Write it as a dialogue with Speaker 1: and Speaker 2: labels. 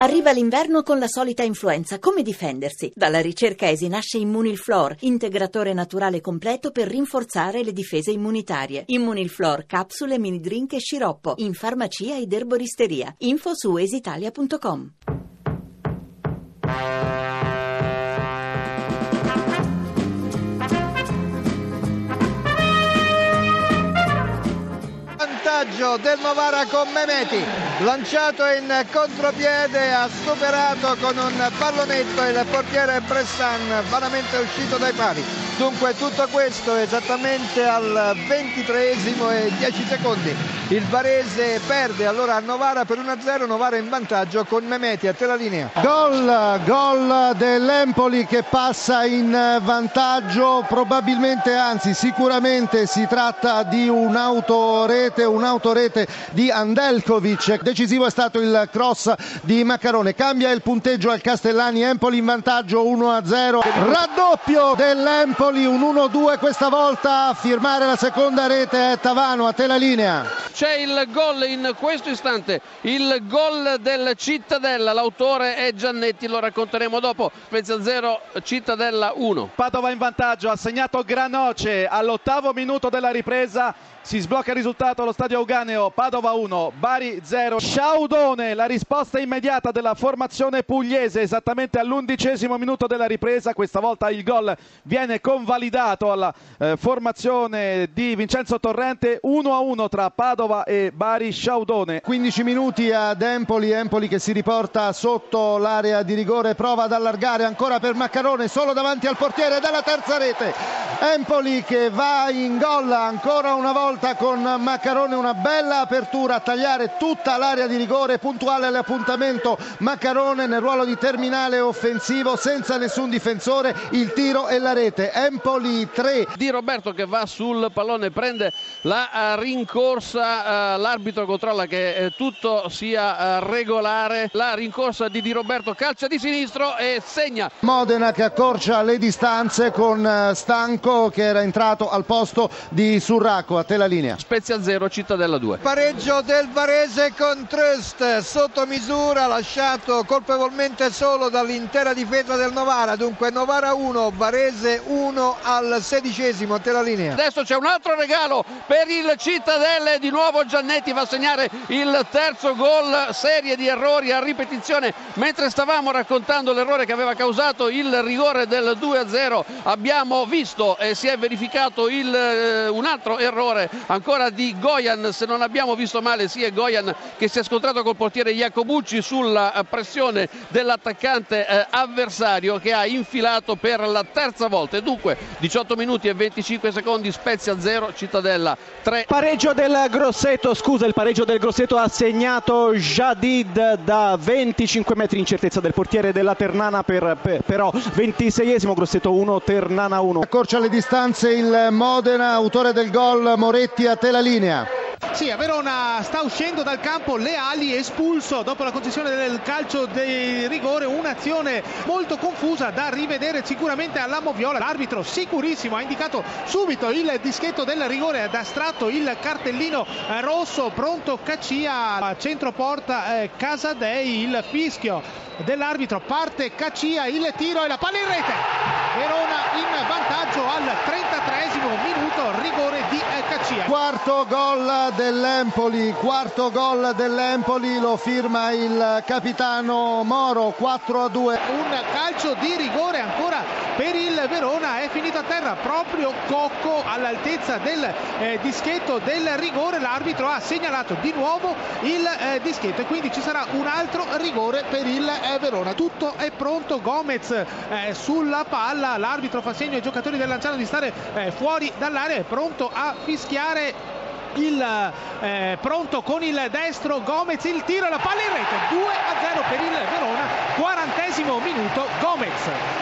Speaker 1: Arriva l'inverno con la solita influenza. Come difendersi? Dalla ricerca ESI nasce Immunilflor, integratore naturale completo per rinforzare le difese immunitarie. Immunilflor, capsule, mini drink e sciroppo. In farmacia ed erboristeria. Info su esitalia.com.
Speaker 2: Del Novara con Mehmeti, lanciato in contropiede, ha superato con un pallonetto il portiere Bressan, vanamente uscito dai pali. Dunque tutto questo esattamente al 23esimo e 10 secondi. Il Varese perde allora a Novara per 1-0, Novara in vantaggio con Mehmeti. A te la linea.
Speaker 3: Gol dell'Empoli che passa in vantaggio, probabilmente, anzi sicuramente si tratta di un'autorete di Andelkovic. Decisivo è stato il cross di Maccarone. Cambia il punteggio al Castellani, Empoli in vantaggio 1-0. Raddoppio dell'Empoli, un 1-2 questa volta. A firmare la seconda rete è Tavano. A te la linea.
Speaker 4: C'è il gol in questo istante, il gol del Cittadella, l'autore è Giannetti, lo racconteremo dopo. Spezia 0, Cittadella 1.
Speaker 5: Padova in vantaggio, ha segnato Granoce all'8° minuto della ripresa. Si sblocca il risultato allo stadio Euganeo. Padova 1, Bari 0. Sciaudone, la risposta immediata della formazione pugliese esattamente all'11° minuto della ripresa. Questa volta il gol viene convalidato alla formazione di Vincenzo Torrente. 1-1 tra Padova e Bari. Sciaudone.
Speaker 3: 15 minuti ad Empoli che si riporta sotto l'area di rigore, prova ad allargare ancora per Maccarone, solo davanti al portiere della terza rete. Empoli che va in gol ancora una volta con Maccarone, una bella apertura a tagliare tutta l'area di rigore, puntuale all'appuntamento Maccarone nel ruolo di terminale offensivo senza nessun difensore, il tiro e la rete. Empoli 3.
Speaker 4: Di Roberto che va sul pallone, prende la rincorsa, l'arbitro controlla che tutto sia regolare, la rincorsa di Di Roberto, calcia di sinistro e segna.
Speaker 3: Modena che accorcia le distanze con Stanco che era entrato al posto di Surraco. A te la linea.
Speaker 4: Spezia 0, Cittadella 2.
Speaker 2: Pareggio del Varese con Tröst, sotto misura, lasciato colpevolmente solo dall'intera difesa del Novara. Dunque Novara 1, Varese 1 al 16°. A te la linea.
Speaker 4: Adesso c'è un altro regalo per il Cittadella e di nuovo Giannetti va a segnare il terzo gol. Serie di errori a ripetizione. Mentre stavamo raccontando l'errore che aveva causato il rigore del 2-0, abbiamo visto e si è verificato un altro errore ancora di Gojan. Se non abbiamo visto male, sì, è Gojan che si è scontrato col portiere Iacobucci sulla pressione dell'attaccante avversario che ha infilato per la terza volta. E dunque 18 minuti e 25 secondi, Spezia 0, Cittadella 3.
Speaker 5: Il pareggio del Grosseto ha segnato Jadid da 25 metri, incertezza del portiere della Ternana però 26esimo, Grosseto 1, Ternana 1.
Speaker 3: Accorcia le distanze il Modena, autore del gol Moretti. A te la linea.
Speaker 6: Sì, a Verona sta uscendo dal campo Leali, espulso dopo la concessione del calcio di rigore, un'azione molto confusa da rivedere sicuramente alla Moviola. L'arbitro sicurissimo ha indicato subito il dischetto del rigore ed ha estratto il cartellino rosso. Pronto Caccia, a centro porta Casadei, il fischio dell'arbitro, parte Caccia, il tiro e la palla in rete. Verona in vantaggio al 33esimo minuto, rigore di Caccia.
Speaker 3: Quarto gol dell'Empoli, lo firma il capitano Moro. 4-2.
Speaker 6: Un calcio di rigore ancora per il Verona, è finito a terra proprio Cocco all'altezza del dischetto del rigore. L'arbitro ha segnalato di nuovo il dischetto e quindi ci sarà un altro rigore per il Verona. Tutto è pronto, Gomez sulla palla, l'arbitro fa segno ai giocatori del Lanciano di stare fuori dall'area, è pronto a fischiare. Pronto con il destro Gomez, il tiro e la palla in rete. 2-0 per il Verona, 40esimo minuto, Gomez.